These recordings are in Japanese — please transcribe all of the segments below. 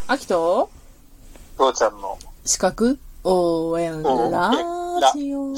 あきと父ちゃんの資格応援ラジオ。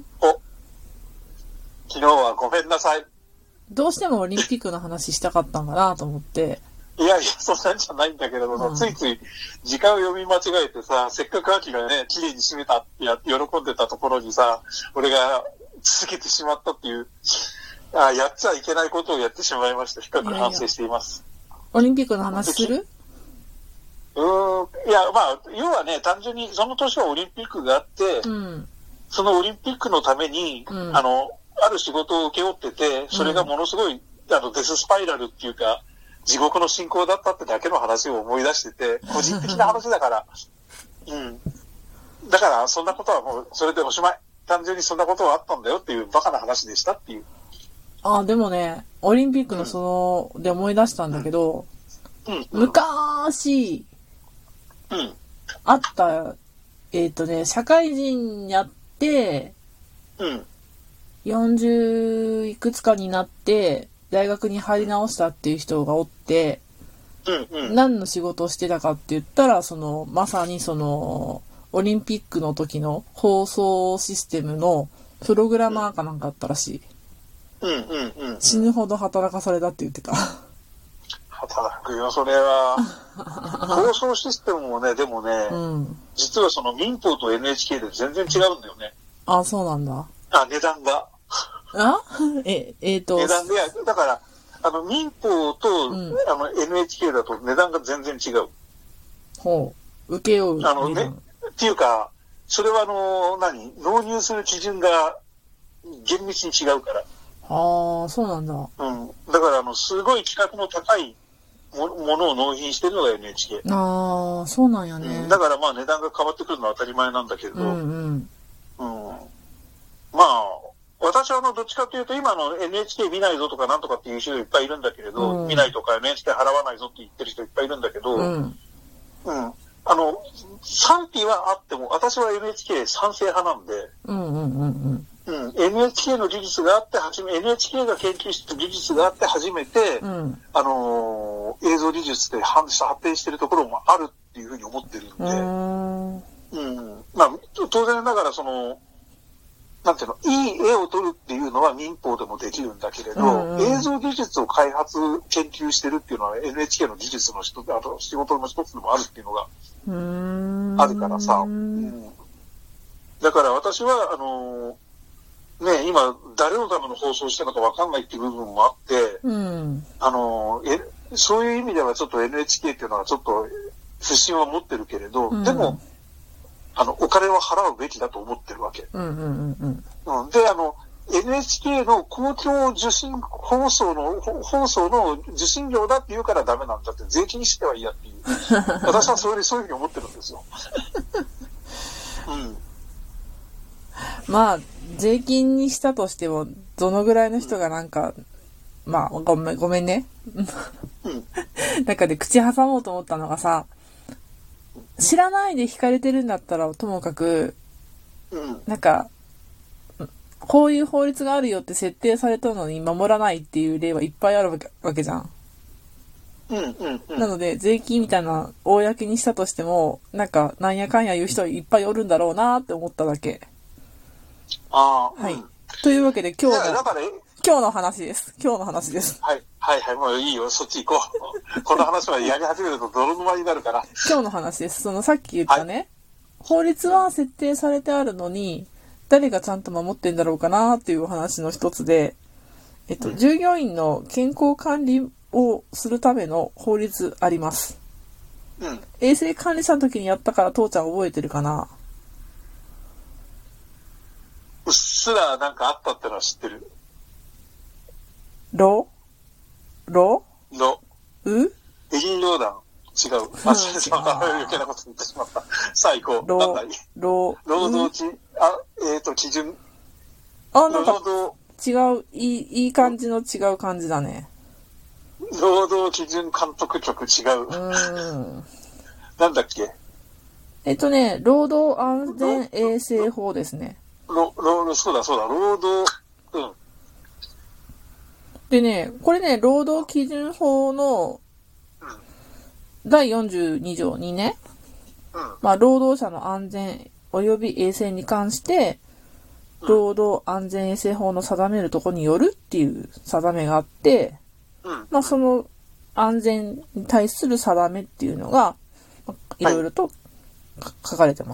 昨日はごめんなさい。 どうしてもオリンピックの話したかったんかなと思って。 いやいや、そんなんじゃないんだけれども、ついつい時間を読み間違えてさ、せっかく秋がね、綺麗に締めたって喜んでたところにさ、俺が続けてしまったっていう、やっちゃいけないことをやってしまいました。深く反省しています。 オリンピックの話する？ いや、まあ、要はね、単純にその年はオリンピックがあって、そのオリンピックのために、ある仕事を請け負ってて、それがものすごい、デススパイラルっていうか、地獄の進行だったってだけの話を思い出してて、個人的な話だから、だから、そんなことはもう、それでおしまい。単純にそんなことはあったんだよっていうバカな話でしたっていう。 でもね、オリンピックので思い出したんだけど、昔、あった、社会人やって、40いくつかになって、大学に入り直したっていう人がおって、何の仕事をしてたかって言ったら、まさにオリンピックの時の放送システムのプログラマーかなんかあったらしい。死ぬほど働かされたって言ってた。 働くよ、それは。放送システムもね、でもね、実はその民放と NHK で全然違うんだよね。 あ、そうなんだ。 値段が。 値段で、だから、民放と、NHK だと値段が全然違う。 ほう。受け負う。 っていうか、それは納入する基準が厳密に違うから。 そうなんだ。 だから、すごい規格の高いものを納品してるのが NHK。 そうなんやね。 だからまあ値段が変わってくるのは当たり前なんだけれど、まあ、私はどっちかというと今の NHK 見ないぞとかなんとかっていう人いっぱいいるんだけれど、見ないとか NHK 払わないぞって言ってる人いっぱいいるんだけど、賛否はあっても、私は NHK 賛成派なんで、NHK の技術があってNHK が研究した技術があって初めて、映像技術で発展しているところもあるっていうふうに思ってるんで、まあ、当然ながらなんていうの、いい絵を撮るっていうのは民放でもできるんだけれど、映像技術を開発、研究してるっていうのは NHK の技術の仕事の一つでもあるっていうのがあるからさ。だから私は、今、誰のための放送してるのかわかんないっていう部分もあって、そういう意味ではちょっと NHK っていうのはちょっと不信は持ってるけれど、でも、お金は払うべきだと思ってるわけ。で、NHK の公共受信放送の受信料だって言うからダメなんだって、税金にしてはいいやっていう。私はそういうふうに思ってるんですよ。 まあ、税金にしたとしても、どのぐらいの人がまあ、ごめんね。なんかで口挟もうと思ったのがさ、知らないで引かれてるんだったらともかく、こういう法律があるよって設定されたのに守らないっていう例はいっぱいあるわけじゃん。なので、税金みたいな公にしたとしても、なんやかんや言う人いっぱいおるんだろうなって思っただけ。はい。というわけで今日の話です。はい、 もういいよ、そっち行こう。この話はやり始めると泥沼になるから。 今日の話です。さっき言ったね、法律は設定されてあるのに、誰がちゃんと守ってんだろうかなっていうお話の一つで、従業員の健康管理をするための法律あります。衛生管理者の時にやったから父ちゃん覚えてるかな？ うっすらあったってのは知ってる。エリンローダン。違う。余計なこと言ってしまった。さあ行こう。労働基準。 違う、いい感じの違う感じだね。 労働基準監督局違う。なんだっけ？ 労働安全衛生法ですね。 そうだ、労働、 でね、これね、労働基準法の第42条にね、まあ、労働者の安全及び衛生に関して、労働安全衛生法の定めるところによるっていう定めがあって、まあ、その安全に対する定めっていうのが、いろいろと書かれてます。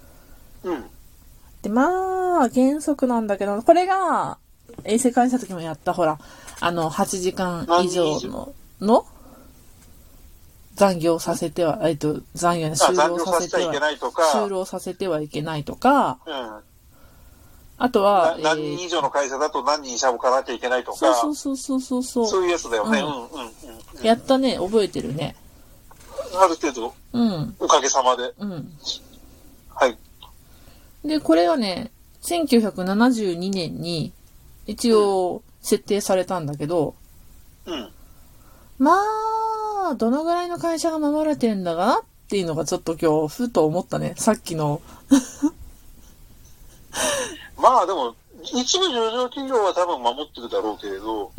で、まあ、原則なんだけど、これが、衛生監視した時もやった、ほら、8時間以上の残業させては、残業ね、就労させてはいけないとか、あとは、 何人以上の会社だと何人社を置かなきゃいけないとか、 そう。 そういうやつだよね。 やったね、覚えてるね。 ある程度、おかげさまで。はい。 で、これはね、1972年に一応設定されたんだけど、まあ、どのぐらいの会社が守られてんだかなっていうのがちょっと今日、ふと思ったね。さっきの。 まあでも、一部上場企業は多分守ってるだろうけれど、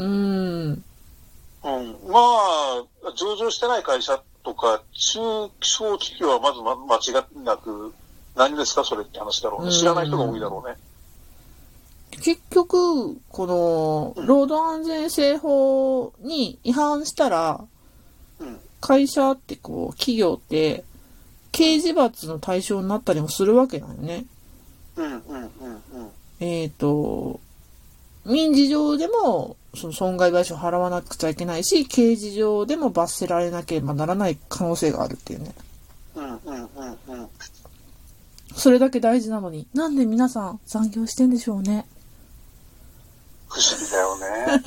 まあ、上場してない会社とか、中小企業はまず間違いなく、何ですかそれって話だろうね。知らない人が多いだろうね。 結局、この、労働安全衛生法に違反したら、会社って企業って、刑事罰の対象になったりもするわけだよね。民事上でも、その損害賠償を払わなくちゃいけないし、刑事上でも罰せられなければならない可能性があるっていうね。それだけ大事なのに、なんで皆さん残業してんでしょうね。 不思議だよね。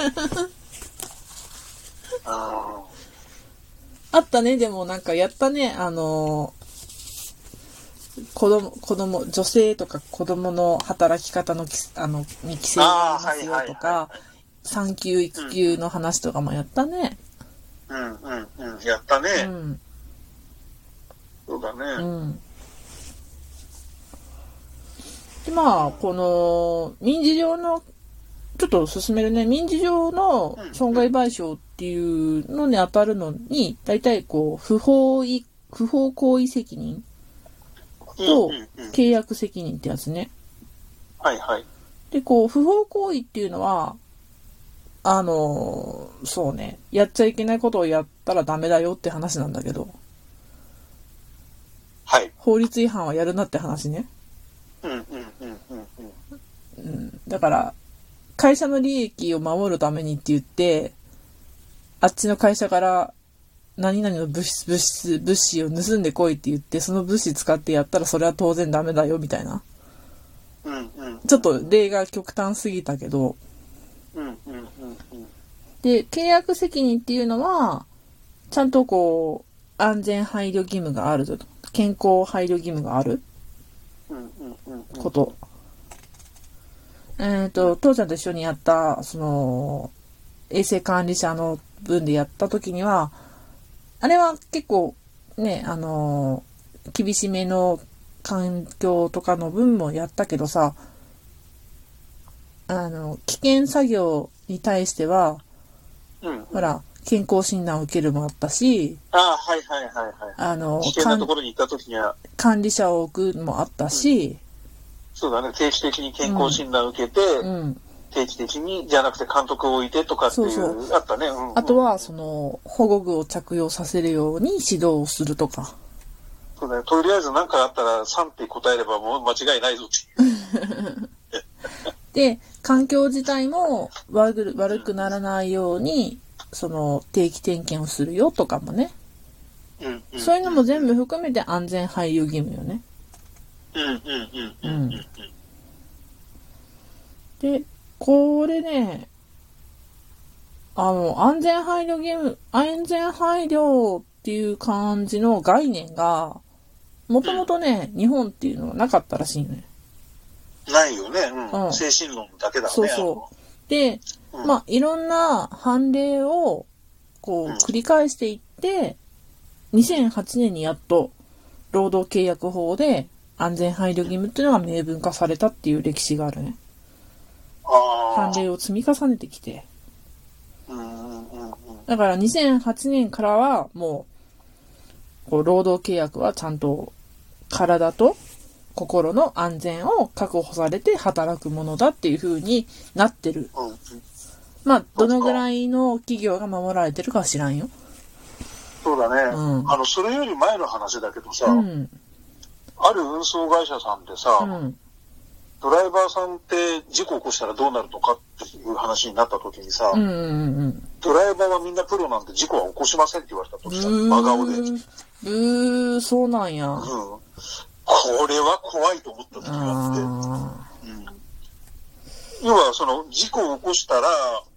あったね、でもなんかやったね、子供、女性とか子供の働き方のに規制がありますよとか、産休育休の話とかもやったね。 やったね。そうだね。 で、まあ、この、民事上の、ちょっと進めるね、民事上の損害賠償っていうのに当たるのに、大体不法行為責任と契約責任ってやつね。で、不法行為っていうのは、そうね、やっちゃいけないことをやったらダメだよって話なんだけど、法律違反はやるなって話ね。だから、会社の利益を守るためにって言って、あっちの会社から何々の物資を盗んでこいって言って、その物資使ってやったらそれは当然ダメだよみたいな。ちょっと例が極端すぎたけど。で、契約責任っていうのは、ちゃんと安全配慮義務があると。健康配慮義務があること。父ちゃんと一緒にやった、衛生管理者の分でやった時には、あれは結構ね、厳しめの環境とかの分もやったけどさ、危険作業に対しては、ほら、健康診断を受けるもあったし、 危険なところに行った時には、 管理者を置くもあったし、 そうだね、定期的に健康診断を受けて、定期的に、じゃなくて監督を置いてとかっていう、あったね。 あとは、保護具を着用させるように指導をするとか。 そうだね、とりあえず何かあったら3って答えればもう間違いないぞっていう。 で、環境自体も悪くならないように、定期点検をするよとかもね。そういうのも全部含めて安全配慮義務よね。で、これね、安全配慮っていう感じの概念が、もともとね、日本っていうのはなかったらしいね。 ないよね。精神論だけだね。 そう。で、まあ、いろんな判例を、繰り返していって、2008年にやっと、労働契約法で安全配慮義務っていうのが明文化されたっていう歴史があるね。判例を積み重ねてきて。だから2008年からはもこう労働契約はちゃんと体と心の安全を確保されて働くものだっていう風になってる。まあ、どのぐらいの企業が守られてるかは知らんよ。 そうだね。それより前の話だけどさ、ある運送会社さんでさ、ドライバーさんって事故起こしたらどうなるのかっていう話になった時にさ、ドライバーはみんなプロなんで事故は起こしませんって言われたとした真顔で。 そうなんや。 これは怖いと思った時があって。要はその事故を起こしたら、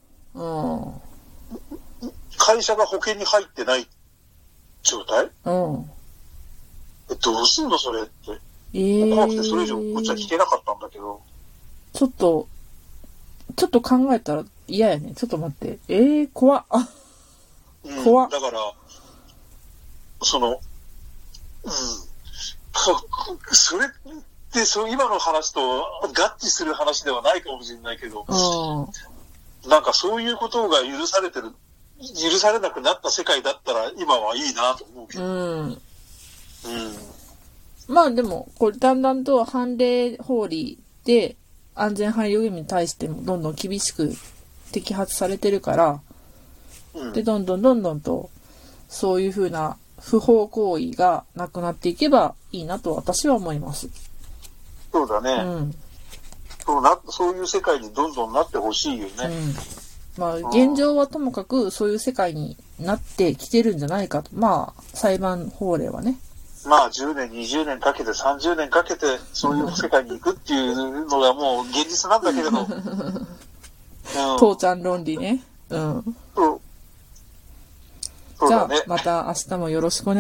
会社が保険に入ってない状態？どうすんのそれって。怖くてそれ以上こっちは聞けなかったんだけど。 ちょっと考えたら嫌やね。ちょっと待って。怖っ。怖っ。 だから、それって、今の話と合致する話ではないかもしれないけど、なんかそういうことが許されなくなった世界だったら今はいいなと思うけど。 まあでも、これだんだんと判例法理で安全配慮義務に対してもどんどん厳しく摘発されてるから、で、どんどんとそういうふうな不法行為がなくなっていけばいいなと私は思います。 そうだね。そういう世界にどんどんなってほしいよね。 まあ、現状はともかくそういう世界になってきてるんじゃないかと。まあ、裁判法令はね。 まあ、10年、20年かけて、30年かけて、そういう世界に行くっていうのがもう現実なんだけれど。 父ちゃん論理ね。じゃあ、また明日もよろしくお願いします。